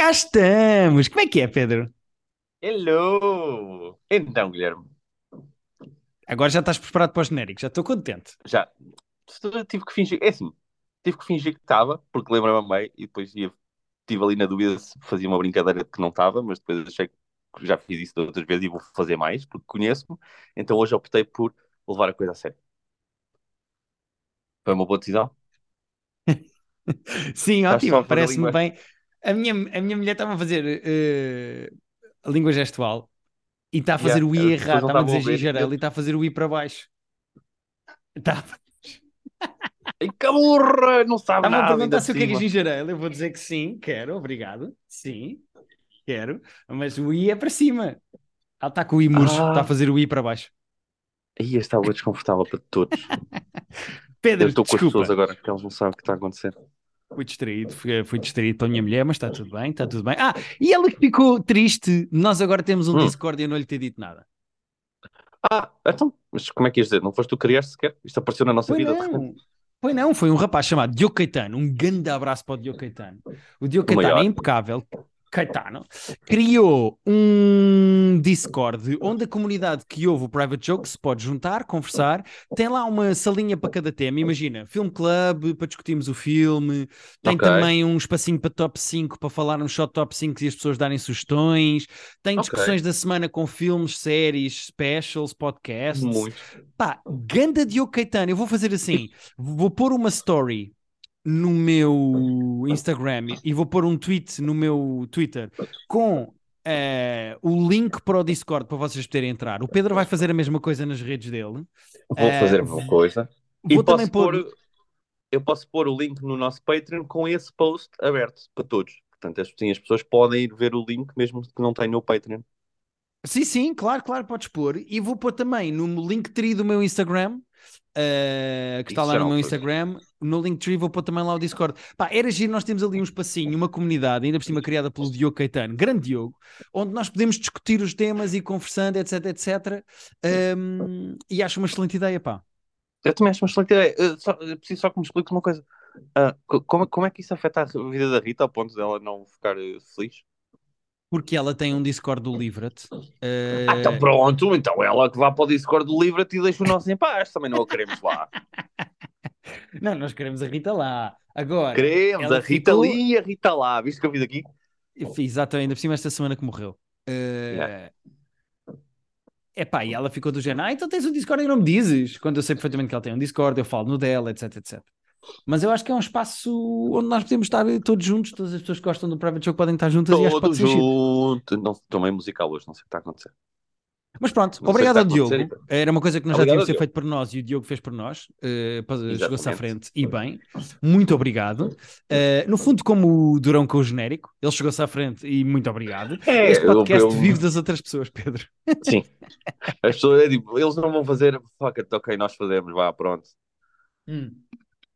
Cá estamos! Como é que é, Pedro? Hello! Então, Guilherme, Agora já estás preparado para o genérico, já estou contente. já tive que fingir, é assim, tive que fingir que estava, porque lembro-me bem, e depois estive ali na dúvida se fazia uma brincadeira de que não estava, mas depois achei que já fiz isso de outras vezes e vou fazer mais, porque conheço-me, então hoje optei por levar a coisa a sério. Foi uma boa decisão? Sim, Estás só ótima, a fazer parece-me língua? bem. A minha mulher estava a fazer a língua gestual e está a fazer Yeah, o I as errado, pessoas não está-me a estavam dizer a ver e eu, gingerela e está a fazer o I para baixo. Está- ai, que burra, não sabe Está-me a nada, ainda perguntar por se eu quero cima. gingerela. Eu vou dizer que sim, quero, obrigado. Sim, quero. Mas o I é para cima. Ela está com o I murcho, está a Ah, fazer o I para baixo. aí estava desconfortável para todos. Eu Pedro, estou com as pessoas desculpa. agora, que elas não sabem o que está a acontecer. Fui distraído pela minha mulher, mas está tudo bem, está tudo bem. Ah, e ela que ficou triste, nós agora temos um Hum. Discord e eu não lhe ter dito nada. Ah, então, mas como é que ias dizer? Não foste tu que criaste sequer? Isto apareceu na nossa Pois vida de repente. não, pois não, foi um rapaz chamado Diogo Caetano, um grande abraço para o Diogo Caetano. O Diogo O Caetano é maior. impecável, Caetano, criou um Discord onde a comunidade que ouve o Private Joke se pode juntar, conversar. Tem lá uma salinha para cada tema. Imagina, Film Club para discutirmos o filme. Tem Ok, também um espacinho para top 5 para falarmos só top 5 e as pessoas darem sugestões. Tem ok. discussões da semana com filmes, séries, specials, podcasts. Muito. Pá, ganda Diogo Caetano. Eu vou fazer E, assim: vou pôr uma story no meu Instagram e vou pôr um tweet no meu Twitter com o link para o Discord para vocês poderem entrar. O Pedro vai fazer a mesma coisa nas redes dele. vou fazer a mesma coisa. E Vou também pôr. eu posso pôr o link no nosso Patreon com esse post aberto para todos. Portanto, assim, as pessoas podem ir ver o link mesmo que não tenham o Patreon. Sim, sim, claro, claro, podes pôr. E vou pôr também no Linktree do meu Instagram, que está Isso lá já no não meu pus. Instagram. No Linktree vou pôr também lá o Discord. Pá, era giro, nós temos ali um espacinho, uma comunidade, ainda por cima criada pelo Diogo Caetano, grande Diogo, onde nós podemos discutir os temas e ir conversando, etc, etc. E acho uma excelente ideia, pá. Eu também acho uma excelente ideia. Eu preciso só que me expliques uma coisa. Como é que isso afeta a vida da Rita ao ponto dela não ficar feliz? Porque ela tem um Discord do Livret. Ah, então Uh, pronto, então ela que vá para o Discord do Livre-te e deixa o nosso em paz. Também não a queremos lá. Não, nós queremos a Rita lá. Agora, Queremos ela a Rita ficou. ali e a Rita lá. Viste o que eu fiz aqui? Exatamente, ainda por cima esta semana que morreu. Yeah. Epá, e ela ficou do género, então tens um Discord e não me dizes, quando eu sei perfeitamente que ela tem um Discord, eu falo no dela, etc, etc. Mas eu acho que é um espaço onde nós podemos estar todos juntos, todas as pessoas que gostam do Private Joke podem estar juntas e acho que pode Todos ser giro. juntos. Não, estou meio musical hoje, não sei o que está a acontecer. Mas pronto, Não sei o que obrigado está a ao acontecer. Diogo. Era uma coisa que nós já Obrigado devíamos a ter Deus. feito por nós e o Diogo fez por nós. Chegou-se à Exatamente. frente e bem. Muito obrigado. No fundo, como o Durão com o genérico, ele chegou-se à frente e muito obrigado. É, Este podcast vive das outras pessoas, Pedro. sim. As pessoas, é tipo, eles não vão fazer. Fuck it, ok, nós fazemos, vá, pronto. Hum.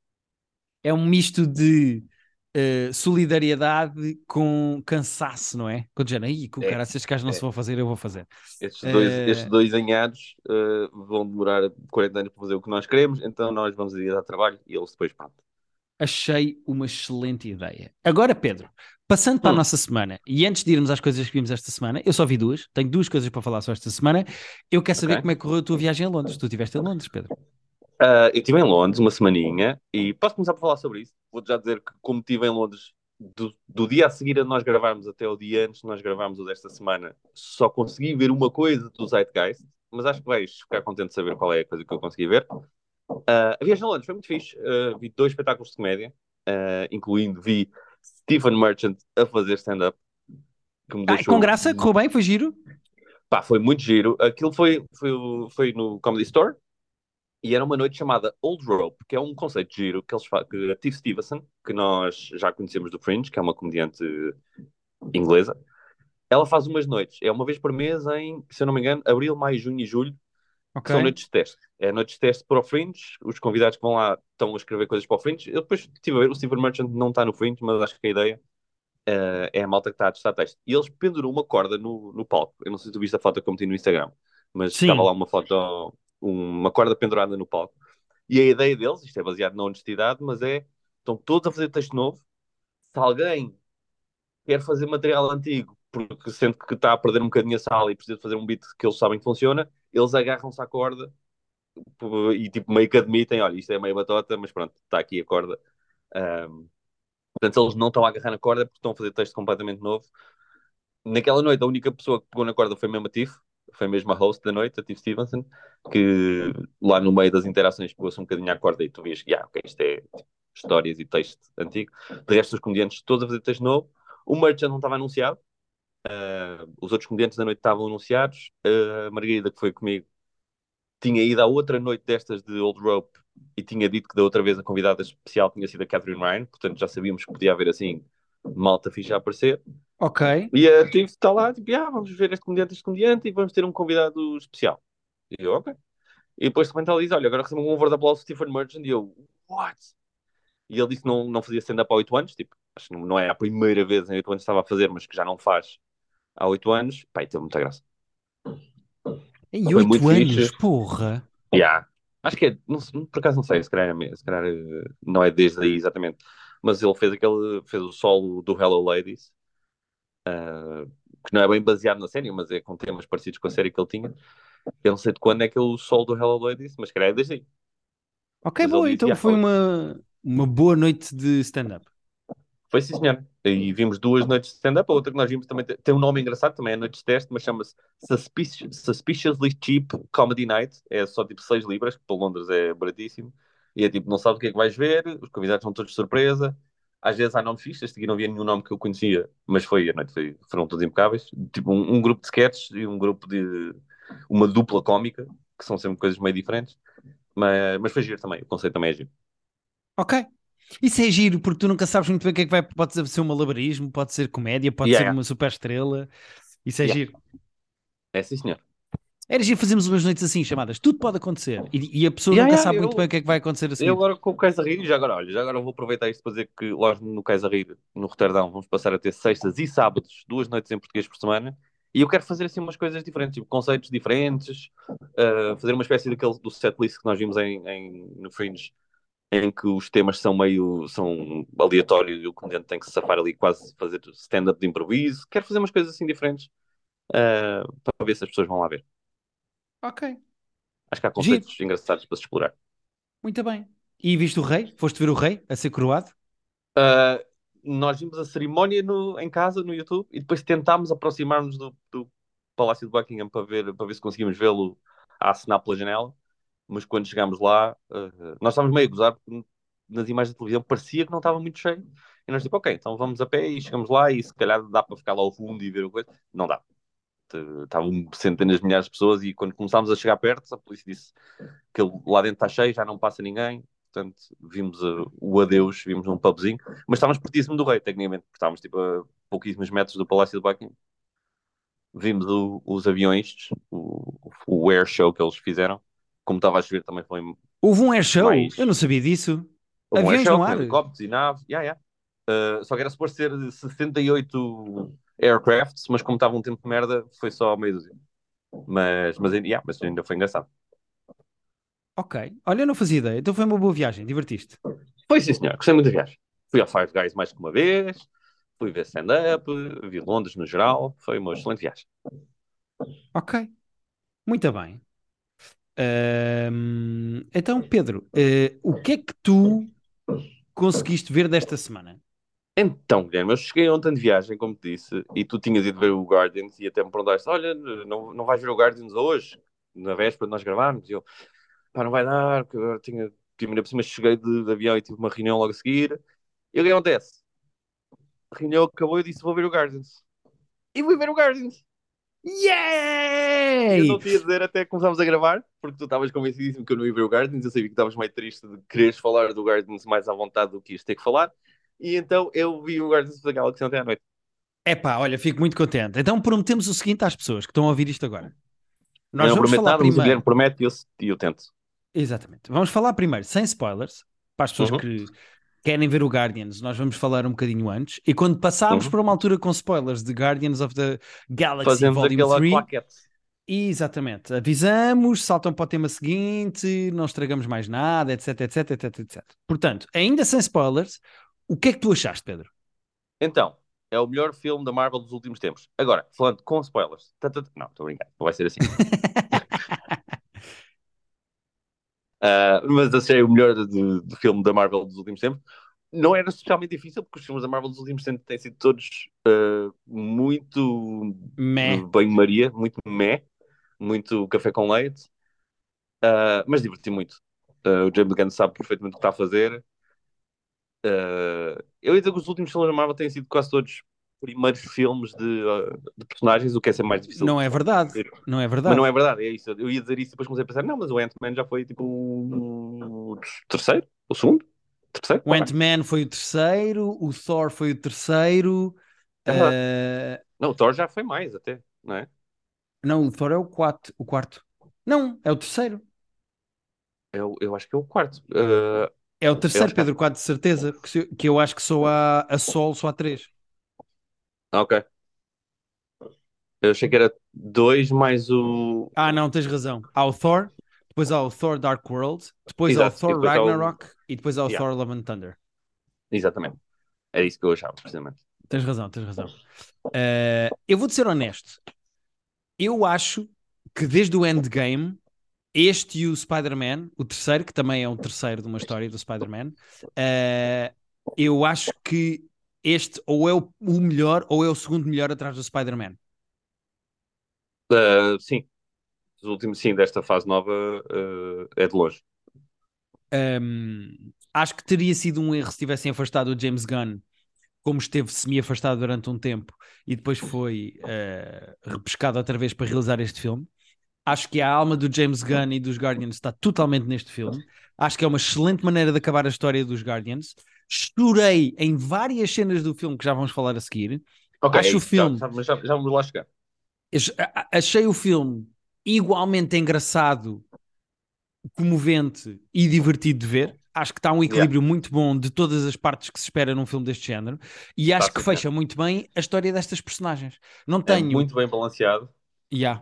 É um misto de solidariedade com cansaço, não é? Com o género, aí, com o É, cara, se estes gajos não se é. vão fazer, eu vou fazer. Estes Uh, dois anhados vão demorar 40 anos para fazer o que nós queremos, então nós vamos ir dar trabalho e eles depois, pronto. Achei uma excelente ideia. Agora, Pedro, passando para a Hum, nossa semana, e antes de irmos às coisas que vimos esta semana, eu só vi duas, tenho duas coisas para falar só esta semana. Eu quero saber como é ok. que correu a tua viagem a Londres. Tu estiveste em Londres, Pedro. Eu estive em Londres uma semaninha e posso começar por falar sobre isso. Vou já dizer que, como estive em Londres, do dia a seguir a nós gravarmos até o dia antes de nós gravarmos o desta semana, só consegui ver uma coisa do Zeitgeist, mas acho que vais ficar contente de saber qual é a coisa que eu consegui ver. A viagem a Londres foi muito fixe. Vi dois espetáculos de comédia, incluindo vi Stephen Merchant a fazer stand-up, que me Ah, com deixou. graça, correu bem, foi giro. Pá, foi muito giro. Aquilo foi no Comedy Store. E era uma noite chamada Old Rope, que é um conceito de giro que que a Tiff Stevenson, que nós já conhecemos do Fringe, que é uma comediante inglesa, ela faz umas noites. É uma vez por mês em, se eu não me engano, abril, maio, junho e julho, Ok. que são noites de teste. É noites de teste para o Fringe. Os convidados que vão lá estão a escrever coisas para o Fringe. Eu depois estive a ver, o Stephen Merchant não está no Fringe, mas acho que a ideia é a malta que está a testar teste. E eles penduram uma corda no palco. Eu não sei se tu viste a foto que eu meti no Instagram, mas estava lá Sim. uma foto, uma corda pendurada no palco. E a ideia deles, isto é baseado na honestidade, mas estão todos a fazer texto novo. Se alguém quer fazer material antigo, porque sente que está a perder um bocadinho a sala e precisa fazer um beat que eles sabem que funciona, eles agarram-se à corda e tipo meio que admitem, olha, isto é meio batota, mas pronto, está aqui a corda. Um, Portanto, eles não estão a agarrar na corda porque estão a fazer texto completamente novo. Naquela noite, a única pessoa que pegou na corda foi mesmo a Tiff, foi mesmo a host da noite, a Tiff Stevenson, que lá no meio das interações pegou-se um bocadinho à corda e tu vias que, ok, isto é tipo, histórias e texto antigo. De resto, os comediantes todos a fazer texto novo. O merchant não estava anunciado, os outros comediantes da noite estavam anunciados. A Margarida, que foi comigo, tinha ido à outra noite destas de Old Rope e tinha dito que da outra vez a convidada especial tinha sido a Catherine Ryan, portanto já sabíamos que podia haver assim malta ficha a aparecer. Ok, E a Tiff está lá, tipo, vamos ver este comediante e vamos ter um convidado especial. E eu, ok. E depois de repente ela diz, olha, agora recebo um over de aplauso de Stephen Merchant e eu, what? E ele disse que não fazia stand-up há 8 anos, tipo, acho que não é a primeira vez em 8 anos que estava a fazer, mas que já não faz há 8 anos. Pá, e teve muita graça. em Foi muito 8 anos, fixe. porra. Yeah. Acho que é, não, por acaso não sei, se calhar não é desde aí exatamente, mas ele fez o solo do Hello Ladies, que não é bem baseado na série, mas é com temas parecidos com a série que ele tinha. Eu não sei de quando é que o solo do Hello Ladies, mas se calhar é desde aí. Ok, Mas ele boa, disse, então foi uma boa noite de stand-up. foi sim, senhor. E vimos 2 noites de stand-up. A outra que nós vimos também tem um nome engraçado, também é noite de teste, mas chama-se Suspiciously Cheap Comedy Night. É só tipo 6 libras, que para Londres é baratíssimo. E é tipo, não sabes o que é que vais ver, os convidados são todos de surpresa. Às vezes há nomes fixos, este aqui não havia nenhum nome que eu conhecia, mas foi a noite, foram todos impecáveis. Tipo, um grupo de sketches e um grupo de. Uma dupla cómica, que são sempre coisas meio diferentes. Mas foi giro também, o conceito também é giro. Ok. Isso é giro, porque tu nunca sabes muito bem o que é que vai. Pode ser um malabarismo, pode ser comédia, pode Yeah, ser yeah, uma super estrela. Isso é yeah. giro. É sim, senhor. Era giro fazermos umas noites assim, chamadas Tudo Pode Acontecer. E a pessoa Yeah, nunca yeah, sabe muito bem o que é que vai acontecer a eu seguir. agora com o Cais a Rir, já agora, olha, já agora vou aproveitar isto para dizer que lá no Cais a Rir, no Roterdão, vamos passar a ter sextas e sábados, 2 noites em português por semana, e eu quero fazer assim umas coisas diferentes, tipo conceitos diferentes, fazer uma espécie daquele do setlist que nós vimos no Fringe, em que os temas são aleatórios e o comediante tem que se safar ali quase fazer stand-up de improviso. Quero fazer umas coisas assim diferentes, para ver se as pessoas vão lá ver. Ok. Acho que há Giro. conceitos engraçados para se explorar. Muito bem. E viste o rei? Foste ver o rei a ser coroado? Uh, Nós vimos a cerimónia em casa, no YouTube, e depois tentámos aproximar-nos do Palácio de Buckingham para ver se conseguimos vê-lo a acenar pela janela. Mas quando chegámos lá, nós estávamos meio a gozar, porque nas imagens da televisão parecia que não estava muito cheio. E nós, tipo, ok, então vamos a pé e chegamos lá e se calhar dá para ficar lá ao fundo e ver o coisa. Não dá. Estavam centenas de milhares de pessoas e quando começámos a chegar perto, a polícia disse que lá dentro está cheio, já não passa ninguém. Portanto, vimos o adeus, vimos um pubzinho, mas estávamos pertíssimo do rei, tecnicamente, porque estávamos tipo a pouquíssimos metros do Palácio de Buckingham. Vimos os aviões, o air show que eles fizeram. Como estava a chover, também foi Houve um air show? Eu mais. não sabia disso. Houve um air Aviões show no com ar? helicópteros e naves, só que era suposto ser 68 aircrafts, mas como estava um tempo de merda, foi só meio dúzia. Mas ainda foi engraçado. Ok. Olha, eu não fazia ideia. Então foi uma boa viagem, divertiste. Foi sim, senhor. Gostei muito da viagem. Fui ao Five Guys mais que uma vez, fui ver stand-up, vi Londres no geral. Foi uma excelente viagem. Ok. Muito bem. Então, Pedro, o que é que tu conseguiste ver desta semana? Então, Guilherme, eu cheguei ontem de viagem, como te disse, e tu tinhas ido ver o Guardians e até me perguntaste: olha, não vais ver o Guardians hoje, na véspera de nós gravarmos? E eu, pá, não vai dar, porque agora ainda por cima cheguei de avião e tive uma reunião logo a seguir. E o que acontece? A reunião acabou e eu disse: vou ver o Guardians. E fui ver o Guardians. E eu Yay! não te ia dizer até que começámos a gravar, porque tu estavas convencidíssimo que eu não ia ver o Guardians. Eu sabia que estavas meio triste de quereres falar do Guardians mais à vontade do que ias ter que falar. E então eu vi o Guardians da Galaxy ontem à noite. Epá, olha, fico muito contente. Então prometemos o seguinte às pessoas que estão a ouvir isto agora. Eu Nós não vamos prometo falar nada, mas o primeiro. Guilherme promete e eu tento. Exatamente. Vamos falar primeiro, sem spoilers, para as pessoas Uhum, que querem ver o Guardians, nós vamos falar um bocadinho antes. E quando passarmos uhum. por uma altura com spoilers de Guardians of the Galaxy Fazemos Volume aquela 3, claquete. exatamente, avisamos, saltam para o tema seguinte, não estragamos mais nada, etc, etc. Portanto, ainda sem spoilers, o que é que tu achaste, Pedro? Então. é o melhor filme da Marvel dos últimos tempos. Agora, falando com spoilers. Não, estou brincando, não vai ser assim. Mas achei o melhor de filme da Marvel dos últimos tempos. Não era especialmente difícil, porque os filmes da Marvel dos últimos tempos têm sido todos muito Meh. banho-maria, muito meh, muito café com leite, mas diverti muito. O James Gunn sabe perfeitamente o que está a fazer. Eu ia dizer que os últimos filmes da Marvel têm sido quase todos primeiros filmes de personagens, o que é sempre mais difícil Não é verdade. de. Não é Mas não verdade. é verdade, é isso. Eu ia dizer isso e depois comecei a pensar, não, mas o Ant-Man já foi tipo o terceiro? O segundo? Terceiro? O Quarto? Ant-Man foi o terceiro, o Thor foi o terceiro. É verdade. eh, Não, o Thor já foi mais até, não é? Não, o Thor é o quarto. O quarto. Não, é o terceiro. Eu acho que é o quarto. É o Eu terceiro, acho que Pedro, quatro de certeza. Que eu acho que só há a Sol, só há três. ok. Eu achei que era dois mais o. Ah, não, tens razão. Há o Thor, depois há o Thor Dark World, depois há o Exato, e Thor depois há o. Ragnarok e depois há o Yeah, Thor Love and Thunder. exatamente. É isso que eu achava, precisamente. Tens razão, tens razão. Eu vou-te ser honesto. Eu acho que desde o Endgame, este e o Spider-Man, o terceiro, que também é um terceiro de uma história do Spider-Man, eh, eu acho que este ou é o melhor ou é o segundo melhor atrás do Spider-Man. Sim, os últimos, sim, desta fase nova é de longe. Acho que teria sido um erro se tivessem afastado o James Gunn, como esteve semi-afastado durante um tempo e depois foi repescado outra vez para realizar este filme. Acho que a alma do James Gunn e dos Guardians está totalmente neste filme. Acho que é uma excelente maneira de acabar a história dos Guardians. Chorei em várias cenas do filme que já vamos falar a seguir. Ok, é Acho o isso, filme, mas já vamos lá chegar. achei o filme igualmente engraçado, comovente e divertido de ver. Acho que está um Yeah, equilíbrio muito bom de todas as partes que se espera num filme deste género. E está acho que sim, senhor. fecha muito bem a história destas personagens. Não É tenho. muito bem balanceado. Yeah,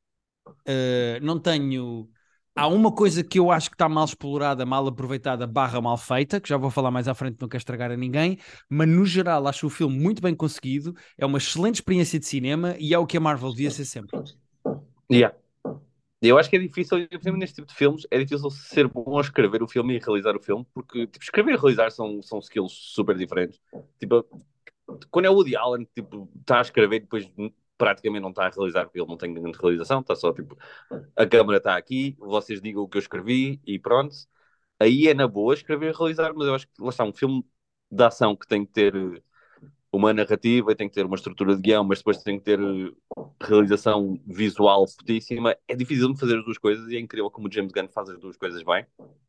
não tenho. Há uma coisa que eu acho que está mal explorada, mal aproveitada, barra mal feita, que já vou falar mais à frente, não quero estragar a ninguém, mas no geral acho o filme muito bem conseguido, é uma excelente experiência de cinema e é o que a Marvel devia ser sempre. Yeah. Eu acho que é difícil, principalmente neste tipo de filmes, é difícil ser bom a escrever o filme e realizar o filme, porque tipo, escrever e realizar são skills super diferentes. Tipo, quando é o Woody Allen, tipo, está a escrever e depois praticamente não está a realizar, porque ele não tem grande realização, está só tipo, a câmera está aqui, vocês digam o que eu escrevi e pronto. Aí é na boa escrever e realizar, mas eu acho que lá está um filme de ação que tem que ter uma narrativa, tem que ter uma estrutura de guião, mas depois tem que ter realização visual fortíssima. É difícil de fazer as duas coisas e é incrível como o James Gunn faz as duas coisas bem.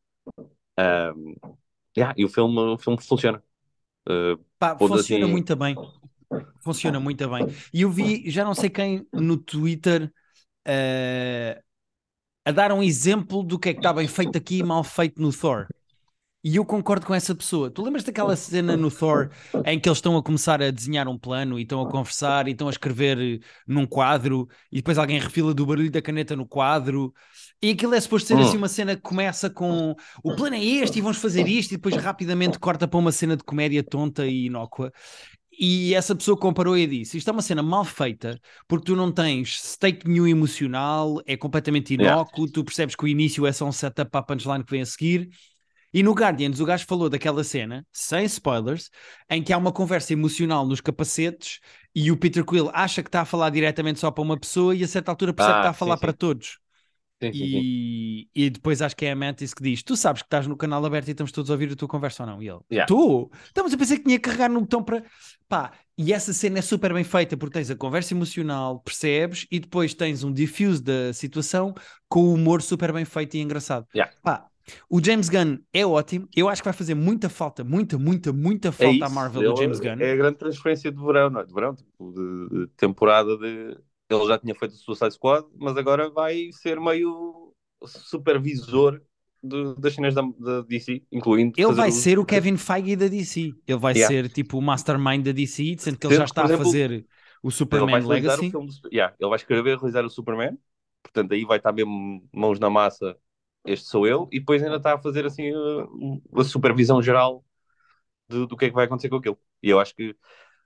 Um, yeah, e o filme funciona. Pá, Ponto funciona assim. muito bem. Funciona muito bem. E eu vi, já não sei quem, no Twitter, eh, a dar um exemplo do que é que está bem feito aqui e mal feito no Thor. E eu concordo com essa pessoa. Tu lembras daquela cena no Thor em que eles estão a começar a desenhar um plano e estão a conversar e estão a escrever num quadro e depois alguém refila do barulho da caneta no quadro e aquilo é suposto ser assim Hum, uma cena que começa com o plano é este e vamos fazer isto e depois rapidamente corta para uma cena de comédia tonta e inócua. E essa pessoa comparou e disse: Isto é uma cena mal feita porque tu não tens stake nenhum emocional, é completamente yeah, inócuo, tu percebes que o início é só um setup para a punchline que vem a seguir. E no Guardians, o gajo falou daquela cena, sem spoilers, em que há uma conversa emocional nos capacetes e o Peter Quill acha que está a falar diretamente só para uma pessoa e a certa altura percebe que está a sim, falar para sim. todos. Sim, sim, sim. E depois acho que é a Mantis que diz: Tu sabes que estás no canal aberto e estamos todos a ouvir a tua conversa ou não? E ele: Yeah, Tu? Então, mas eu pensei que tinha que carregar no botão para. Pá, e essa cena é super bem feita porque tens a conversa emocional, percebes, e depois tens um diffuse da situação com o humor super bem feito e engraçado. yeah. Pá, o James Gunn é ótimo. Eu acho que vai fazer muita falta, muita, muita, muita É falta à isso. Marvel, o James Gunn. É a grande transferência de verão, não é? De verão, tipo, de temporada de. Ele já tinha feito o Suicide Squad, mas agora vai ser meio supervisor das cenas da DC, incluindo Ele fazer vai os. ser o Kevin Feige da DC. Ele vai Yeah. ser tipo o mastermind da DC, sendo que ele já Sendo que, por está a exemplo, fazer o ele vai Superman realizar o Legacy. filme yeah, ele vai escrever e realizar o Superman, portanto aí vai estar mesmo mãos na massa, este sou eu, e depois ainda está a fazer assim a supervisão geral do que é que vai acontecer com aquilo. E eu acho que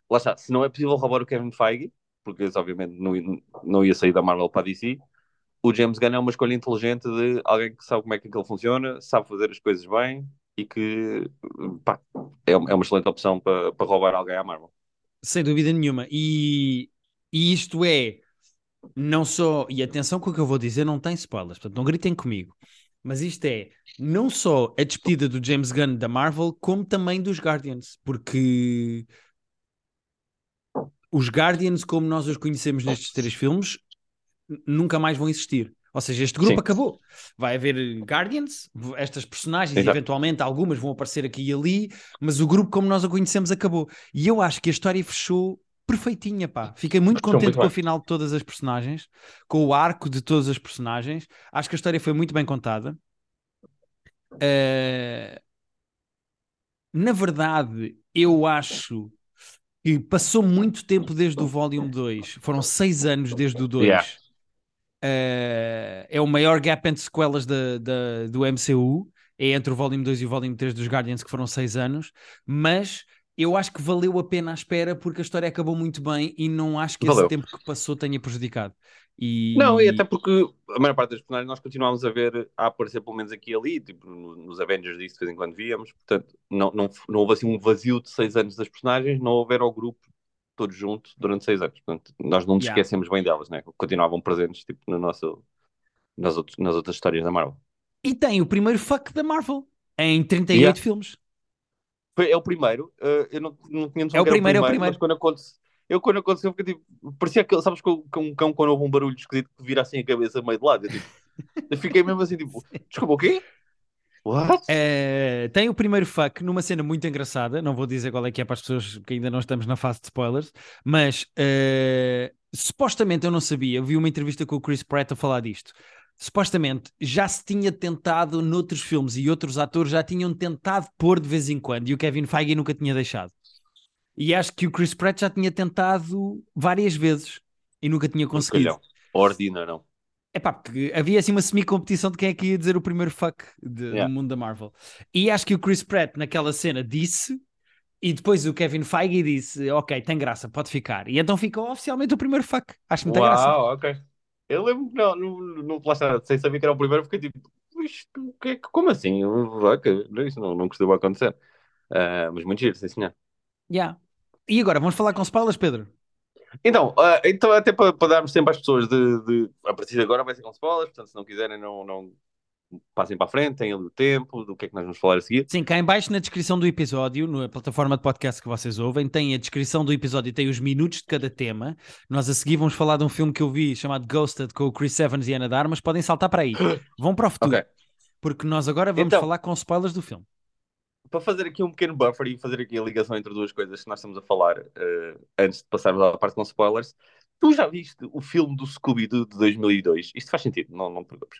lá está, se não é possível roubar o Kevin Feige, porque esse, obviamente não ia sair da Marvel para a DC, o James Gunn é uma escolha inteligente de alguém que sabe como é que aquilo funciona, sabe fazer as coisas bem e que pá, é uma excelente opção para roubar alguém à Marvel. Sem dúvida nenhuma. E isto é, não só, e atenção com o que eu vou dizer, não tem spoilers, portanto não gritem comigo, mas isto é não só a despedida do James Gunn da Marvel, como também dos Guardians, porque os Guardians, como nós os conhecemos nestes três filmes, nunca mais vão existir. Ou seja, este grupo Sim, acabou. Vai haver Guardians, estas personagens, exato. eventualmente algumas vão aparecer aqui e ali, mas o grupo como nós o conhecemos acabou. E eu acho que a história fechou perfeitinha, pá. Fiquei muito Fechou contente muito com o bem. final de todas as personagens, com o arco de todas as personagens. Acho que a história foi muito bem contada. Uh, Na verdade, eu acho que passou muito tempo desde o Volume 2. Foram 6 anos desde o Yeah. 2. É o maior gap entre sequelas do MCU, é entre o Volume 2 e o Volume 3 dos Guardians, que foram 6 anos, mas eu acho que valeu a pena a espera porque a história acabou muito bem e não acho que esse Valeu. tempo que passou tenha prejudicado. Não, e até E porque a maior parte dos personagens nós continuámos a ver a aparecer pelo menos aqui e ali, tipo nos Avengers disso de vez em quando víamos, portanto não houve assim um vazio de 6 anos das personagens, não houver ao grupo todos juntos durante 6 anos, portanto nós não nos yeah. esquecemos bem delas, né? Continuavam presentes tipo, no nosso, nas outras histórias da Marvel. E tem o primeiro fuck da Marvel em E 38 filmes. é o primeiro, eu não tinha É noção o que era o primeiro, é o primeiro, mas primeiro. quando aconteceu, fiquei, tipo, parecia que, sabes, que um cão quando ouve um barulho esquisito que vira assim a cabeça meio de lado, eu fiquei mesmo assim, tipo, desculpa, o quê? What? Tem o primeiro fuck numa cena muito engraçada. Não vou dizer qual é que é para as pessoas que ainda não estamos na fase de spoilers, mas supostamente eu não sabia. Eu vi uma entrevista com o Chris Pratt a falar disto. Supostamente já se tinha tentado noutros filmes e outros atores já tinham tentado pôr de vez em quando e o Kevin Feige nunca tinha deixado. E acho que o Chris Pratt já tinha tentado várias vezes e nunca tinha conseguido. Porcalhão. Ordinarão. É pá, porque havia assim uma semi-competição de quem é que ia dizer o primeiro fuck do Yeah. mundo da Marvel. E acho que o Chris Pratt naquela cena disse, e depois o Kevin Feige disse: Ok, tem graça, pode ficar. E então ficou oficialmente o primeiro fuck. Acho muita graça. Uau, ok. Eu lembro que lá está, sem saber que era o primeiro, fiquei tipo, isto, como assim? Ok, isso não costuma acontecer. Mas muito giro, sim, senhor. Yeah. E agora, vamos falar com spoilers, Pedro? Então até para darmos tempo às pessoas a partir de agora vai ser com spoilers, portanto, se não quiserem, não passem para a frente, têm ali o tempo, do que é que nós vamos falar a seguir. Sim, cá em baixo na descrição do episódio, na plataforma de podcast que vocês ouvem, tem a descrição do episódio e tem os minutos de cada tema. Nós a seguir vamos falar de um filme que eu vi chamado Ghosted com o Chris Evans e Ana de Armas. Podem saltar para aí. Vão para o futuro, Ok, porque nós agora vamos então, falar com spoilers do filme. para fazer aqui um pequeno buffer e fazer aqui a ligação entre duas coisas que nós estamos a falar antes de passarmos à parte com spoilers, tu já viste o filme do Scooby-Doo de 2002? Isto faz sentido, não te preocupes.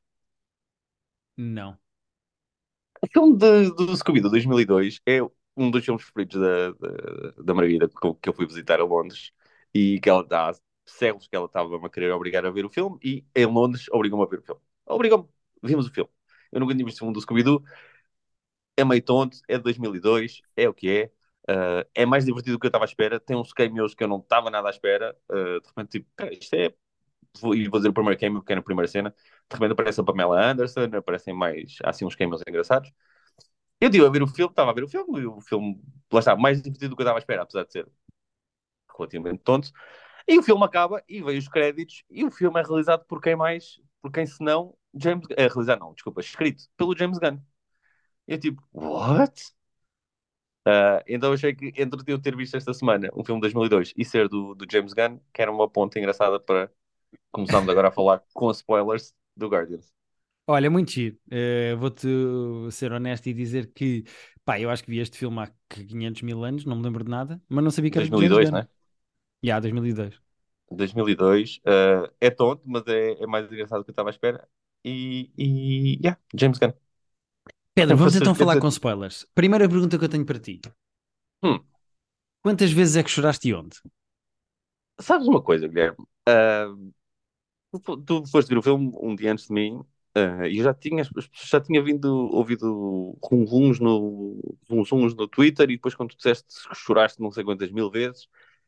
Não. O filme do Scooby-Doo 2002 é um dos filmes preferidos da Margarida que eu fui visitar a Londres e que ela dá séculos que ela estava a querer obrigar a ver o filme e em Londres obrigou-me a ver o filme. Obrigou-me, vimos o filme. Eu nunca tinha visto o filme do Scooby-Doo, é meio tonto, é de 2002, é o que é. É mais divertido do que eu estava à espera. Tem uns cameos que eu não estava nada à espera. De repente, tipo, "Pera, isto é. Vou dizer o primeiro cameo, que é na primeira cena. De repente aparece a Pamela Anderson, aparecem mais. Há assim uns cameos engraçados. Eu estive a ver o filme, estava a ver o filme, e o filme, lá está, mais divertido do que eu estava à espera, apesar de ser relativamente tonto. E o filme acaba e vem os créditos, e o filme é realizado por quem mais? Por quem senão James. É realizado, não, desculpa, escrito pelo James Gunn. E eu tipo, what? Então achei que entre eu ter visto esta semana um filme de 2002 e ser do James Gunn, que era uma ponta engraçada para começarmos agora a falar com spoilers do Guardians. Olha, muito giro. Vou-te ser honesto e dizer que, pá, eu acho que vi este filme há 500 mil anos, não me lembro de nada, mas não sabia que era de James 2002, Gunn. né? Já, 2002. 2002. É tonto, mas é mais engraçado do que eu estava à espera. Yeah, James Gunn. Pedro, vamos Vocês, então quer falar dizer, com spoilers. Primeira pergunta que eu tenho para ti. hum, Quantas vezes é que choraste e onde? sabes uma coisa, Guilherme? Tu foste ver o filme um dia antes de mim, e eu já tinha ouvido rum-rums no Twitter, e depois quando tu disseste que choraste não sei quantas mil vezes,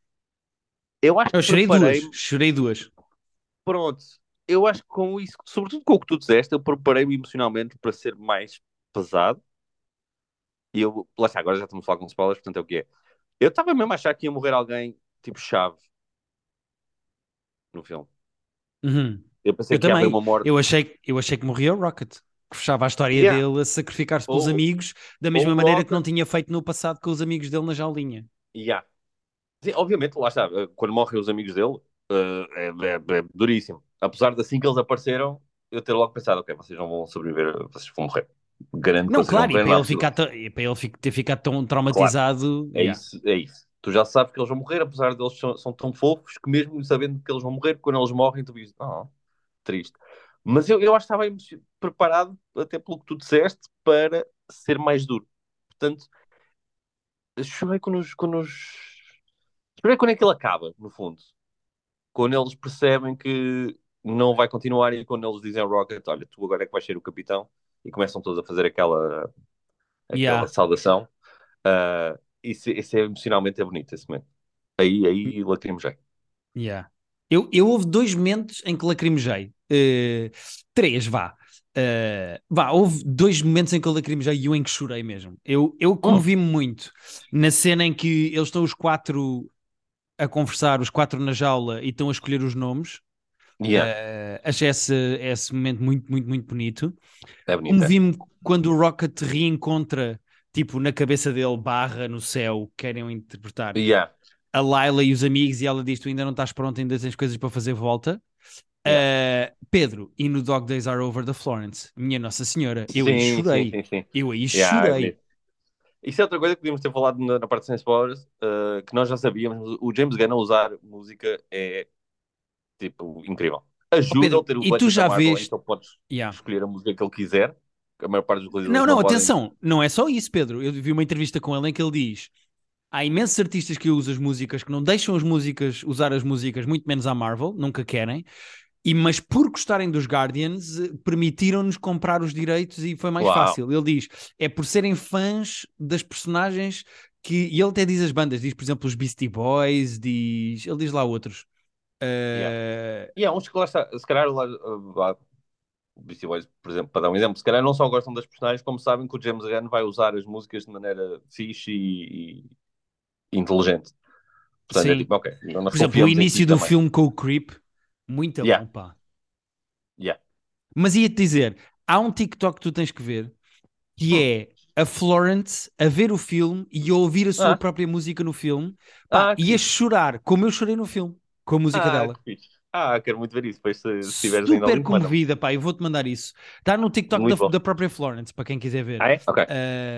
Eu acho que Eu preparei-me, chorei duas. pronto. Eu acho que com isso, sobretudo com o que tu disseste, eu preparei-me emocionalmente para ser mais pesado. E eu, lá está, agora já estamos a falar com spoilers, portanto é o que é. Eu estava mesmo a achar que ia morrer alguém tipo chave no filme. Uhum. Eu pensei Eu que ia haver também. uma morte. Eu achei que morria o Rocket. Que fechava a história Yeah. dele a sacrificar-se pelos Ou, amigos, da ou mesma o maneira que não Rocket. tinha feito no passado com os amigos dele na jaulinha. Yeah. Sim, obviamente, lá está, quando morrem os amigos dele, é duríssimo. Apesar de assim que eles apareceram, eu ter logo pensado, ok, vocês não vão sobreviver, vocês vão morrer. Garanto que Não, vocês vão claro, e morrer, para não há ele ficar, possibilidade. e para ele ter ficado tão Claro, traumatizado, é yeah. isso, é isso. Tu já sabes que eles vão morrer, apesar de eles são tão fofos que mesmo sabendo que eles vão morrer, quando eles morrem, tu dizes, triste. Mas eu acho que estava preparado, até pelo que tu disseste, para ser mais duro. Portanto, chorei chorei quando é que ele acaba, no fundo. Quando eles percebem que não vai continuar e quando eles dizem ao Rocket, olha, tu agora é que vais ser o capitão, e começam todos a fazer aquela Yeah. saudação. Isso é emocionalmente é bonito, esse momento. Aí lacrimejei. Yeah. Eu houve dois momentos em que lacrimejei. Três, vá. Houve dois momentos em que eu lacrimejei e um em que chorei mesmo. Eu Hum, comovi-me muito na cena em que eles estão os quatro a conversar, os quatro na jaula e estão a escolher os nomes. yeah, Achei esse momento muito, muito, muito bonito. é bonito, é. Comovi-me quando o Rocket reencontra, tipo, na cabeça dele, barra no céu, querem o interpretar Yeah, a Layla e os amigos, e ela diz: Tu ainda não estás pronto, ainda tens coisas para fazer volta. yeah. Pedro, e no Dog Days Are Over da Florence, minha Nossa Senhora, eu aí Sim, sim, chorei. sim, sim. Eu aí Yeah, é chorei. bonito. Isso é outra coisa que podíamos ter falado na parte sem spoilers, que nós já sabíamos. O James Gunn a usar música é, tipo, incrível. Oh, Ajuda Pedro, ele ter o e tu budget da já Marvel em vês. que ele pode Yeah. escolher a música que ele quiser. Que a maior parte dos realizadores Não, não não, podem. atenção, não é só isso, Pedro. Eu vi uma entrevista com ele em que ele diz: há imensos artistas que usam as músicas, que não deixam as músicas usar as músicas, muito menos a Marvel, nunca querem. Mas por gostarem dos Guardians, permitiram-nos comprar os direitos e foi mais Uau! fácil. Ele diz, é por serem fãs das personagens que... E ele até diz as bandas, diz por exemplo os Beastie Boys, ele diz lá outros. Yeah. Uh, E há uns que lá está, se calhar lá, o Beastie Boys, por exemplo, para dar um exemplo, se calhar não só gostam das personagens, como sabem que o James Gunn vai usar as músicas de maneira fixe e inteligente. Portanto, é sim. tipo, ok, nós Por exemplo, o confiamos em ti início do também. filme com o Creep, muito Yeah, bom, pá. yeah. Mas ia-te dizer, há um TikTok que tu tens que ver, que Hum. é a Florence a ver o filme e a ouvir a sua Ah, própria música no filme, pá, que e a fixe. chorar, como eu chorei no filme, com a música Que dela. fixe. Quero muito ver isso. Depois, se estiveres ainda ao Super link, manda-me. comovida, pá, eu vou-te mandar isso. Está no TikTok da, Muito bom. da própria Florence, para quem quiser ver. É? Ok.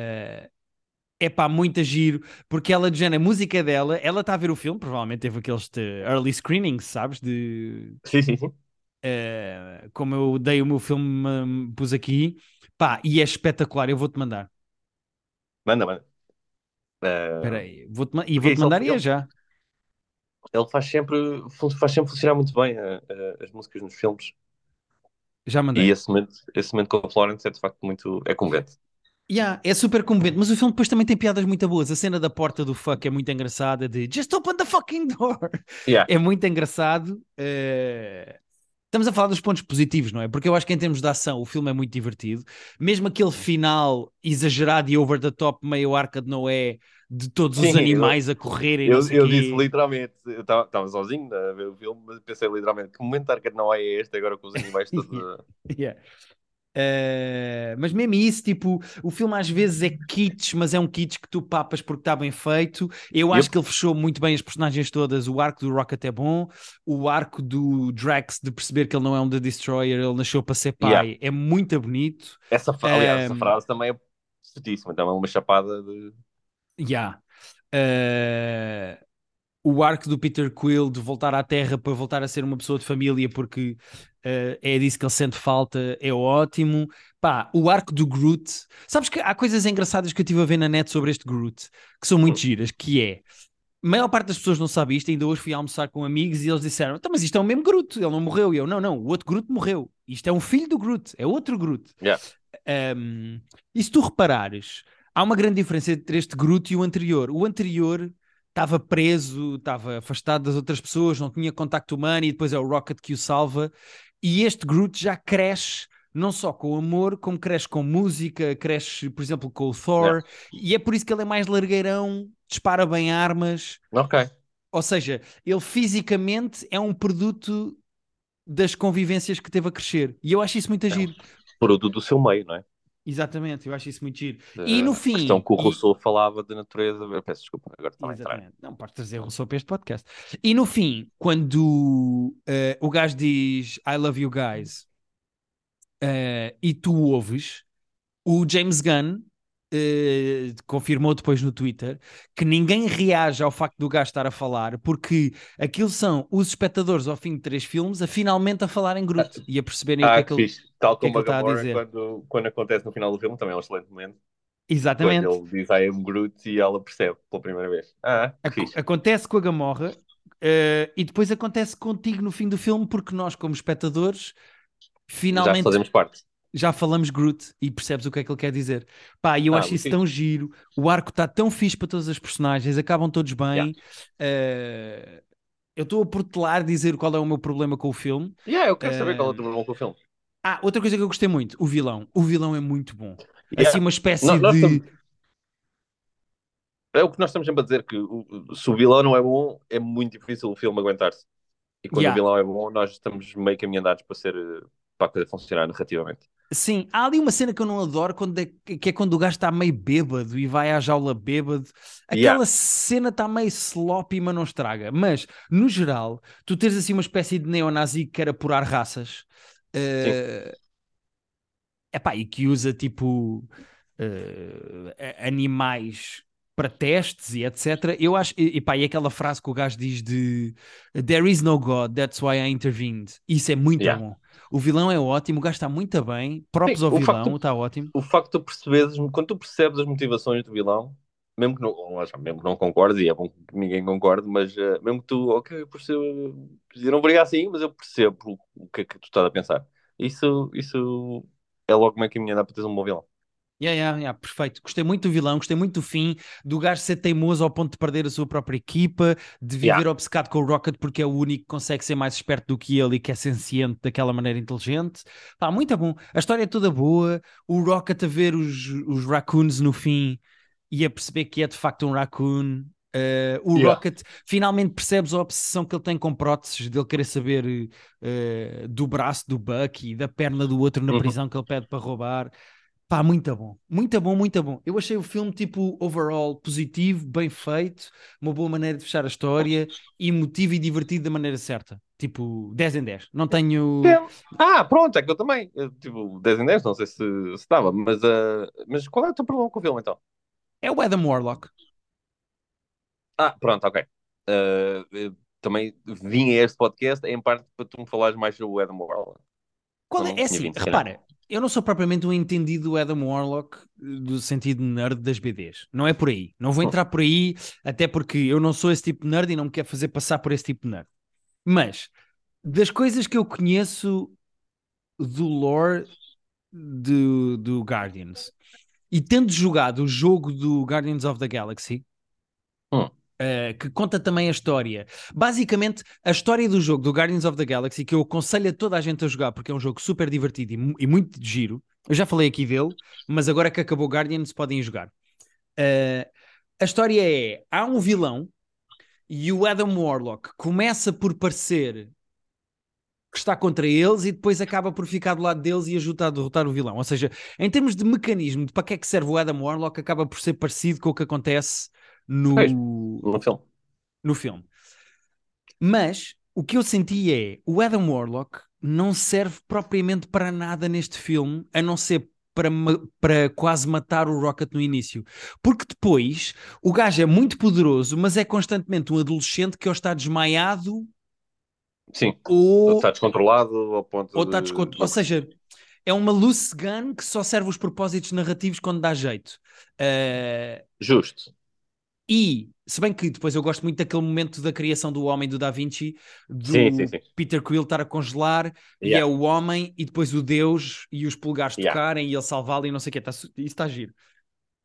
É pá, muito giro, porque ela, de género, a música dela, ela está a ver o filme, provavelmente teve aqueles early screenings, sabes? Sim, sim, sim. Como eu dei o meu filme, pus aqui, pá, e é espetacular, eu vou-te mandar. Manda, manda. Espera Uh, aí, e porque é vou-te isso, mandar e é já. ele faz sempre funcionar muito bem as músicas nos filmes. Já E mandei. esse momento com a Florence é de facto muito. É comovente. Yeah, é super comovente, mas o filme depois também tem piadas muito boas. A cena da porta do fuck é muito engraçada, de Just open the fucking door. Yeah. É muito engraçado. Estamos a falar dos pontos positivos, não é? Porque eu acho que em termos de ação o filme é muito divertido. Mesmo aquele final exagerado e over the top, meio Arca de Noé, de todos os Sim, animais a correrem, não eu, sei o eu disse quê. literalmente, eu estava sozinho a ver o filme, mas pensei literalmente, que momento de arca não é este agora com os animais todos Yeah. a... Yeah. Mas mesmo isso, tipo, o filme às vezes é kitsch, mas é um kitsch que tu papas porque está bem feito. Eu acho Yep. que ele fechou muito bem as personagens todas. O arco do Rocket é bom, o arco do Drax de perceber que ele não é um The Destroyer, ele nasceu para ser Yeah. pai, é muito bonito. Aliás, essa Um, frase também é certíssima, também é uma chapada de... yeah. Uh, o arco do Peter Quill de voltar à Terra para voltar a ser uma pessoa de família porque é disso que ele sente falta, é ótimo. Pá, o arco do Groot. Sabes que há coisas engraçadas que eu estive a ver na net sobre este Groot, que são muito Hum. giras, que é... A maior parte das pessoas não sabe isto, ainda hoje fui almoçar com amigos e eles disseram, então, mas isto é o mesmo Groot, ele não morreu. E eu, não, não, o outro Groot morreu. Isto é um filho do Groot, é outro Groot. Yeah. E se tu reparares, há uma grande diferença entre este Groot e o anterior. O anterior estava preso, estava afastado das outras pessoas, não tinha contacto humano e depois é o Rocket que o salva. E este Groot já cresce não só com o amor, como cresce com música, cresce, por exemplo, com o Yeah. Thor, e é por isso que ele é mais largueirão, dispara bem armas, Ok. ou seja, ele fisicamente é um produto das convivências que teve a crescer. E eu acho isso muito É um giro. produto do seu meio, não é? Exatamente, eu acho isso muito giro. E no A questão fim, que o e, Rousseau falava de natureza. Eu peço desculpa, agora estava a entrar. exatamente. Não podes trazer Rousseau para este podcast. E no fim, quando o gajo diz I love you guys, e tu ouves, o James Gunn confirmou depois no Twitter que ninguém reage ao facto do gajo estar a falar, porque aquilo são os espectadores ao fim de 3 filmes a finalmente a falar em Groot e a perceberem o Que fixe. Tal que é que como ele a está a Gamora, dizer. quando acontece no final do filme, também é um excelente momento. Quando Exatamente. ele diz I am Groot e ela percebe pela primeira vez. Que fixe. Acontece com a Gamorra, e depois acontece contigo no fim do filme, porque nós, como espectadores, Já finalmente fazemos parte. já falamos Groot e percebes o que é que ele quer dizer. Pá, e eu acho Muito isso tão fixe. giro. O arco está tão fixe para todas as personagens, acabam todos Yeah. bem. Uh, eu estou a protelar dizer qual é o meu problema com o filme. Yeah, eu quero saber qual é o Uh, teu problema com o filme. outra coisa que eu gostei muito, o vilão. O vilão é muito bom. Assim, Yeah. uma espécie Nós de. é o que nós estamos sempre a dizer, que se o vilão não é bom, é muito difícil o filme aguentar-se. E quando o Yeah. vilão é bom, nós estamos meio caminhados para a coisa funcionar narrativamente. Sim, há ali uma cena que eu não adoro, que é quando o gajo está meio bêbado e vai à jaula bêbado. Yeah. Aquela cena está meio sloppy, mas não estraga. Mas, no geral, tu tens assim uma espécie de neonazi que quer apurar raças. Sim. eh, epá, e que usa tipo animais para testes e etc. Eu acho, e aquela frase que o gajo diz de There is no God, that's why I intervened. Isso é muito Yeah. bom. O vilão é ótimo, o gajo está muito bem, Sim, props ao vilão, está ótimo. o facto de tu perceberes, quando tu percebes as motivações do vilão, mesmo que não concordes, e é bom que ninguém concorde, mas mesmo que tu, ok, eu percebo, eu não veria assim, mas eu percebo o que é que tu estás a pensar. Isso é logo meio caminhada para teres um bom vilão. Yeah, perfeito. Gostei muito do vilão, gostei muito do fim, do gajo ser teimoso ao ponto de perder a sua própria equipa, de Yeah. viver obcecado com o Rocket porque é o único que consegue ser mais esperto do que ele e que é senciente daquela maneira inteligente. Pá, muito bom. A história é toda boa, o Rocket a ver os raccoons no fim e a perceber que é de facto um raccoon. O Yeah. Rocket finalmente percebes a obsessão que ele tem com próteses, dele querer saber do braço do Bucky, da perna do outro na Uhum. prisão que ele pede para roubar. Pá, muito bom, muito bom, muito bom. Eu achei o filme, tipo, overall positivo, bem feito, uma boa maneira de fechar a história, emotivo e divertido da maneira certa. Tipo, 10 em 10. Não tenho. Pronto, é que eu também. Tipo, 10 em 10, não sei se estava, mas qual é o teu problema com o filme então? É o Adam Warlock. Pronto, ok. Eu também vim a este podcast em parte para tu me falares mais sobre o Adam Warlock. Qual é? Não É tinha assim, vindo, se calhar. repara, eu não sou propriamente um entendido do Adam Warlock do sentido nerd das BDs. Não é por aí. Não vou entrar por aí, até porque eu não sou esse tipo de nerd e não me quero fazer passar por esse tipo de nerd. Mas, das coisas que eu conheço do lore do Guardians. E tendo jogado o jogo do Guardians of the Galaxy, Hum, que conta também a história. Basicamente, a história do jogo do Guardians of the Galaxy, que eu aconselho a toda a gente a jogar, porque é um jogo super divertido e muito giro. Eu já falei aqui dele, mas agora que acabou Guardians, podem ir jogar. A história é: há um vilão e o Adam Warlock começa por parecer que está contra eles e depois acaba por ficar do lado deles e ajuda a derrotar o vilão. Ou seja, em termos de mecanismo, de para que é que serve o Adam Warlock, acaba por ser parecido com o que acontece pois, no, no filme. no filme. Mas o que eu senti é, o Adam Warlock não serve propriamente para nada neste filme, a não ser para quase matar o Rocket no início. Porque depois o gajo é muito poderoso, mas é constantemente um adolescente que ou está desmaiado Sim. Está ou descontrolado ao ponto está de Ou não conseguir. seja, é uma loose gun que só serve os propósitos narrativos quando dá jeito. Uh, Justo. e, se bem que depois eu gosto muito daquele momento da criação do homem do Da Vinci, Sim, sim, do sim. Peter Quill estar a congelar, e Yeah, é o homem, e depois o Deus e os polegares yeah. tocarem e ele salvá-lo e não sei o que. Isso está giro.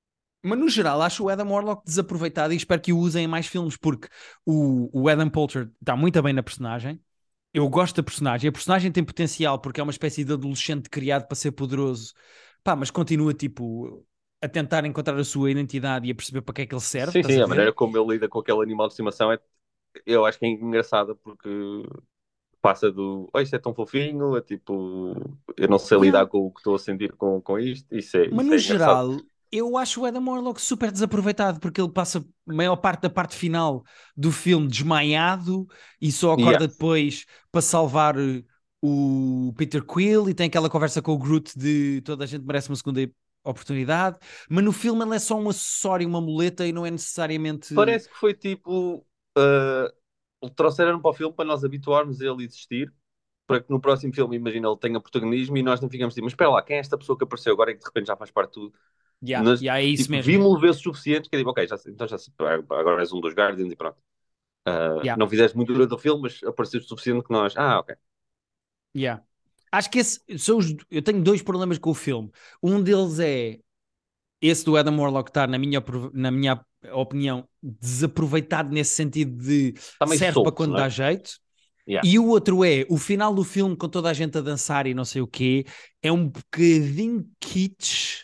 Mas no geral acho o Adam Warlock desaproveitado e espero que o usem em mais filmes, porque o Adam Poulter está muito bem na personagem. Eu gosto da personagem. A personagem tem potencial porque é uma espécie de adolescente criado para ser poderoso. Pá, mas continua tipo a tentar encontrar a sua identidade e a perceber para que é que ele serve, Sim, estás sim, a a ver? maneira como ele lida com aquele animal de estimação eu acho que é engraçada porque passa do, oh, isto é tão fofinho, a tipo, eu não sei Yeah. lidar com o que estou a sentir com isto, Mas isso no é engraçado. geral, eu acho o Adam Warlock super desaproveitado porque ele passa a maior parte da parte final do filme desmaiado e só Yeah. acorda depois para salvar o Peter Quill e tem aquela conversa com o Groot de toda a gente merece uma segunda oportunidade, mas no filme ele é só um acessório, uma muleta e não é necessariamente. Parece que foi tipo, trouxeram para o filme para nós habituarmos a ele existir, para que no próximo filme, imagina, ele tenha protagonismo e nós não ficamos tipo, mas espera lá, quem é esta pessoa que apareceu agora e que de repente já faz parte de tudo? Yeah, Nós, yeah, é isso tipo, mesmo. vimos-lo vezes suficientes que eu digo, ok, então já sei, agora és um dos Guardians e pronto. Yeah, Não fizeste muito durante o filme, mas apareceste o suficiente que nós, ok. yeah. Acho que esse são eu tenho dois problemas com o filme. Um deles é esse do Adam Warlock estar, na minha opinião, desaproveitado nesse sentido de Está meio serve para solto, quando não dá é? jeito. Yeah. E o outro é, o final do filme com toda a gente a dançar e não sei o quê, é um bocadinho kitsch,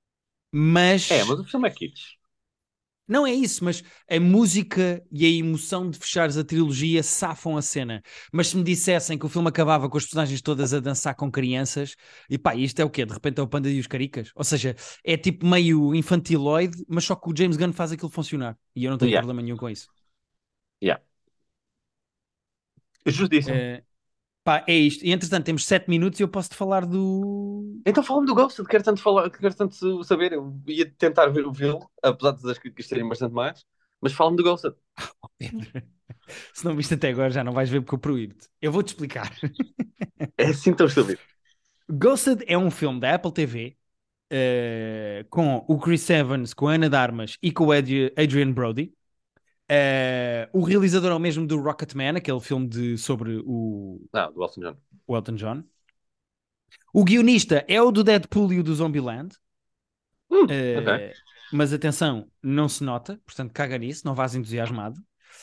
É, mas mas o filme é kitsch. não é isso, mas a música e a emoção de fechares a trilogia safam a cena. Mas se me dissessem que o filme acabava com as personagens todas a dançar com crianças, e pá, isto é o quê? De repente é o Panda e os Caricas? Ou seja, é tipo meio infantiloide, mas só que o James Gunn faz aquilo funcionar. E eu não tenho Yeah, problema nenhum com isso. yeah. Justíssimo. Eh, Pá, é isto. E entretanto temos 7 minutos e eu posso-te falar do... Então fala-me do Ghost, quero tanto falar, quero tanto saber. Eu ia tentar ver o filme, apesar das críticas serem bastante mais, mas fala-me do Ghost. Se não viste até agora já não vais ver porque eu proíbo-te. Eu vou-te explicar. É assim tão estúpido. Ghosted é um filme da Apple TV com o Chris Evans, com a Ana de Armas e com o Adrian Brody. O realizador é o mesmo do Rocketman, aquele filme sobre Não, do Elton John. o Elton John. O guionista é o do Deadpool e o do Zombieland. Ok. Uh, mas atenção, não se nota, portanto caga nisso, não vás entusiasmado.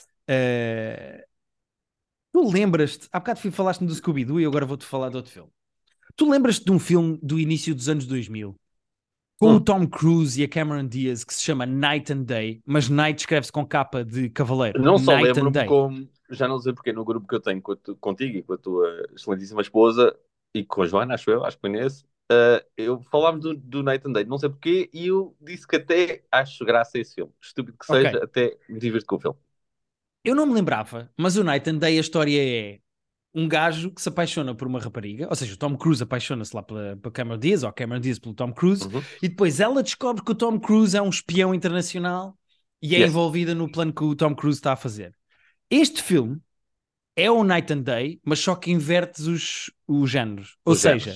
Uh, Tu lembras-te, há bocado falaste-me do Scooby-Doo e agora vou-te falar de outro filme. Tu lembras-te de um filme do início dos anos 2000 com o Hum. Tom Cruise e a Cameron Diaz que se chama Night and Day, mas Night escreve-se com capa de cavaleiro. Não só Night and lembro-me Day. como, já não sei porque, no grupo que eu tenho contigo e com a tua excelentíssima esposa e com a Joana, acho que foi nesse, eu falámos do Night and Day, não sei porquê, e eu disse que até acho graça a esse filme. Estúpido que Ok. seja, até me divirto com o filme. Eu não me lembrava, mas o Night and Day, a história é um gajo que se apaixona por uma rapariga, ou seja, o Tom Cruise apaixona-se lá pela Cameron Diaz, ou a Cameron Diaz pelo Tom Cruise, Uhum. e depois ela descobre que o Tom Cruise é um espião internacional e é Yes. envolvida no plano que o Tom Cruise está a fazer. Este filme é o Night and Day, mas só que invertes os géneros. Ou Os géneros. seja,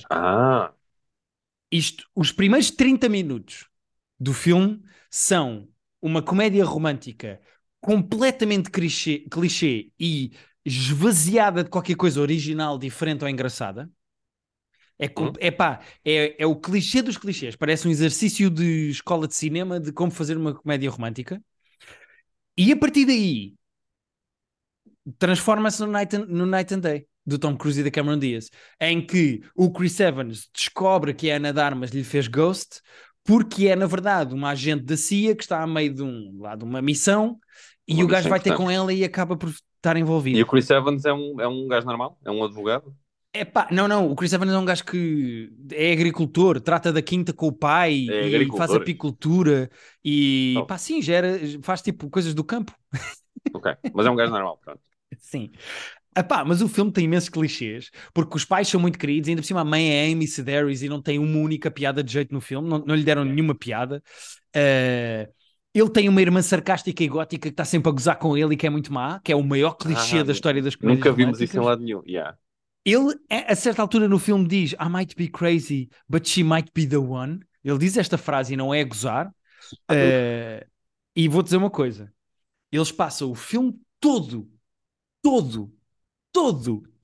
os primeiros 30 minutos do filme são uma comédia romântica completamente clichê e esvaziada de qualquer coisa original, diferente ou engraçada. Uhum. É o clichê dos clichês. Parece um exercício de escola de cinema de como fazer uma comédia romântica. E a partir daí, transforma-se no Night and Day, do Tom Cruise e da Cameron Diaz, em que o Chris Evans descobre que a Ana de Armas lhe fez Ghost, porque é, na verdade, uma agente da CIA que está a meio de uma missão e Uma o gajo missão vai ter importante. com ela e acaba por estar E envolvido. o Chris Evans é um gajo normal? É um advogado? Não, o Chris Evans é um gajo que é agricultor, trata da quinta com o pai É e faz agricultor? apicultura e Oh, pá, sim, faz tipo coisas do campo. ok. Mas é um gajo normal, pronto. Sim. Epá, mas o filme tem imensos clichês, porque os pais são muito queridos, ainda por cima a mãe é Amy Sedaris e não tem uma única piada de jeito no filme, não lhe deram Yeah. nenhuma piada. Ele tem uma irmã sarcástica e gótica que está sempre a gozar com ele e que é muito má, que é o maior clichê da história das comédias Nunca vimos isso em românticas. lado nenhum. Yeah. Ele, a certa altura no filme, diz I might be crazy, but she might be the one. Ele diz esta frase e não é a gozar. Eh, e vou dizer uma coisa: eles passam o filme todo, todo,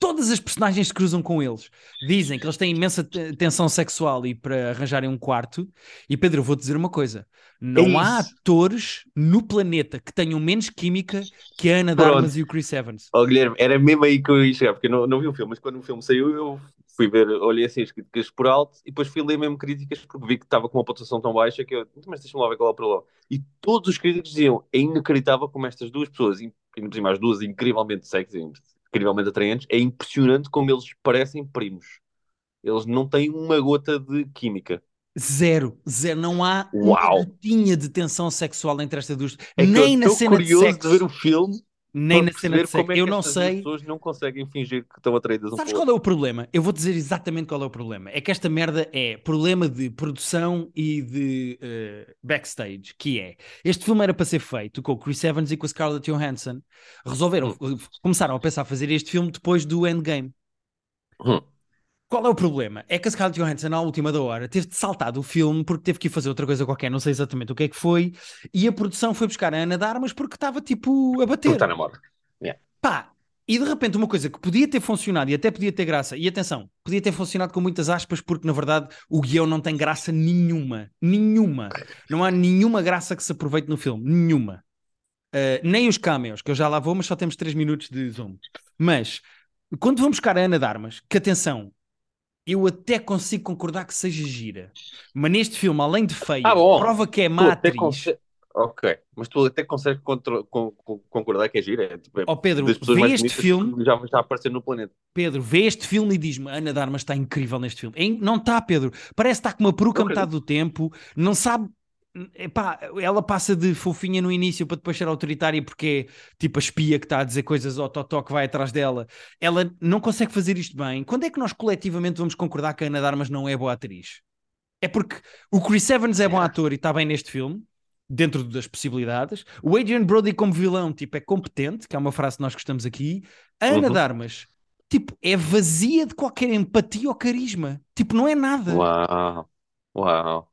todas as personagens se cruzam com eles. Dizem que eles têm imensa tensão sexual e para arranjarem um quarto. E Pedro, eu vou-te dizer uma coisa. É Não há isso. atores no planeta que tenham menos química que a Ana de Pronto. Armas e o Chris Evans. Ó, Guilherme, era mesmo aí que eu ia chegar, porque eu não vi o filme, mas quando o filme saiu, eu fui ver, olhei assim as críticas por alto e depois fui ler mesmo críticas porque vi que estava com uma pontuação tão baixa que eu, mas deixa-me lá ver qual é o problema. E todos os críticos diziam, é inacreditável como estas duas pessoas, e por cima as duas incrivelmente sexy, incrivelmente atraentes, é impressionante como eles parecem primos. Eles não têm uma gota de química. Zero, zero. Não há uma Uau! gotinha de tensão sexual entre estas duas. É que eu Nem na estou cena de curioso de ver sexo. o filme Nem para na cena de perceber sexo. como é Eu que não estas duas sei. pessoas não conseguem fingir que estão atraídas um Sabes pelo qual é outro. o problema? Eu vou dizer exatamente qual é o problema. É que esta merda é problema de produção e de backstage, que é, este filme era para ser feito com o Chris Evans e com a Scarlett Johansson. Resolveram, começaram a pensar a fazer este filme depois do Endgame. Hum. Qual é o problema? É que a Scarlett Johansson, na última da hora, teve de saltar do filme porque teve que ir fazer outra coisa qualquer, não sei exatamente o que é que foi, e a produção foi buscar a Ana de Armas porque estava tipo a Porque está bater. na moda. Yeah. Pá, e de repente uma coisa que podia ter funcionado e até podia ter graça, e atenção, podia ter funcionado com muitas aspas, porque na verdade o guião não tem graça nenhuma. Nenhuma. Não há nenhuma graça que se aproveite no filme. Nenhuma. Nem os cameos, que eu já lá vou, mas só temos 3 minutos de zoom. Mas, quando vamos buscar a Ana de Armas, que atenção, eu até consigo concordar que seja gira. Mas neste filme, além de Ah, feia, bom. prova que é Tu má até atriz. consegues. Ok. Mas tu até consegues concordar que é gira. É, tipo, é Ó Pedro, das pessoas vê mais este bonitas filme. que já está a aparecer no planeta. Pedro, vê este filme e diz-me: a Ana de Armas está incrível neste filme. Não está, Pedro. Parece que está com uma peruca Eu metade acredito. do tempo, não sabe. Epá, ela passa de fofinha no início para depois ser autoritária porque é tipo a espia que está a dizer coisas ao Totó que vai atrás dela. Ela não consegue fazer isto bem. Quando é que nós coletivamente vamos concordar que a Ana de Armas não é boa atriz? É porque o Chris Evans é bom Yeah. ator e está bem neste filme, dentro das possibilidades. O Adrian Brody como vilão, tipo, é competente, que é uma frase que nós gostamos aqui. A Ana de Uhum. Armas, tipo, é vazia de qualquer empatia ou carisma. Tipo, não é nada. Uau. Uau.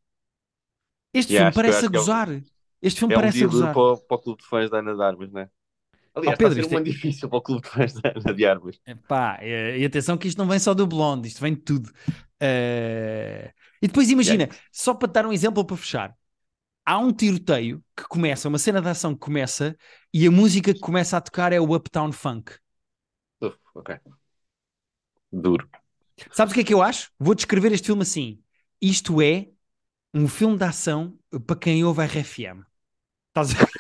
Este E filme acho parece a que gozar. Este filme é um parece a dia duro gozar. para o clube de fãs da Ana de Armas, né? Oh Aliás, está a Pedro, ser isto um é... ano difícil para o clube de fãs da Ana de Armas. Epá, e atenção que isto não vem só do Blonde, isto vem de tudo. E depois imagina, Yikes. só para dar um exemplo para fechar. Há um tiroteio que começa, uma cena de ação que começa, e a música que começa a tocar é o Uptown Funk. Ok. Duro. Sabes o que é que eu acho? Vou descrever este filme assim. Isto é um filme de ação para quem ouve RFM. Estás a...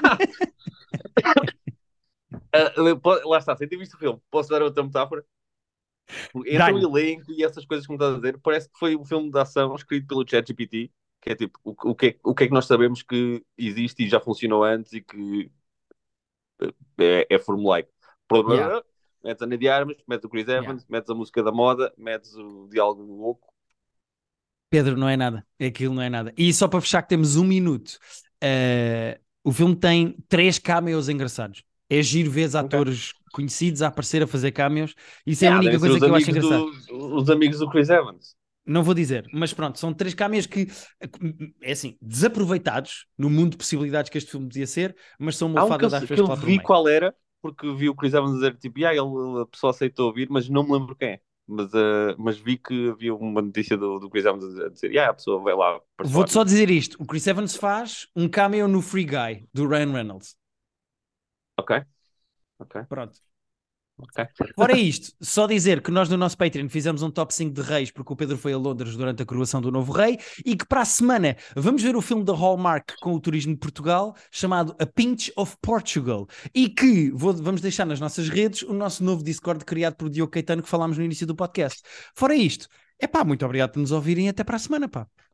Lá está, sem ter visto o filme, posso dar outra metáfora? Entre o Dá-lhe. elenco e essas coisas que me estás a dizer, parece que foi um filme de ação escrito pelo ChatGPT, que é tipo, o que é que nós sabemos que existe e já funcionou antes e que é formulaico. Yeah, Metes a Ana de Armas, metes o Chris yeah. Evans, metes a música da moda, metes o diálogo louco. Pedro, não é nada. Aquilo não é nada. E só para fechar que temos 1 minuto. O filme tem 3 cameos engraçados. É giro ver Ok. atores conhecidos a aparecer a fazer cameos. Isso é a Yeah, única devem ser coisa que eu acho engraçado. os amigos do Chris Evans. Não vou dizer, mas pronto, são 3 cameos que, é assim, desaproveitados no mundo de possibilidades que este filme podia ser, mas são uma Há um lefada das que vezes eu que lá pelo vi meio. qual era, porque vi o Chris Evans dizer tipo, a pessoa aceitou ouvir, mas não me lembro quem é. Mas vi que havia uma notícia do Chris Evans a dizer, a pessoa vai lá Vou-te participar só nisso. dizer isto: o Chris Evans faz um cameo no Free Guy, do Ryan Reynolds. Ok, ok, Pronto. ok. Fora isto, só dizer que nós no nosso Patreon fizemos um top 5 de reis porque o Pedro foi a Londres durante a coroação do novo rei e que para a semana vamos ver o filme da Hallmark com o turismo de Portugal chamado A Pinch of Portugal e que vamos deixar nas nossas redes o nosso novo Discord criado por Diogo Caetano que falámos no início do podcast. Fora isto, muito obrigado por nos ouvirem e até para a semana, pá.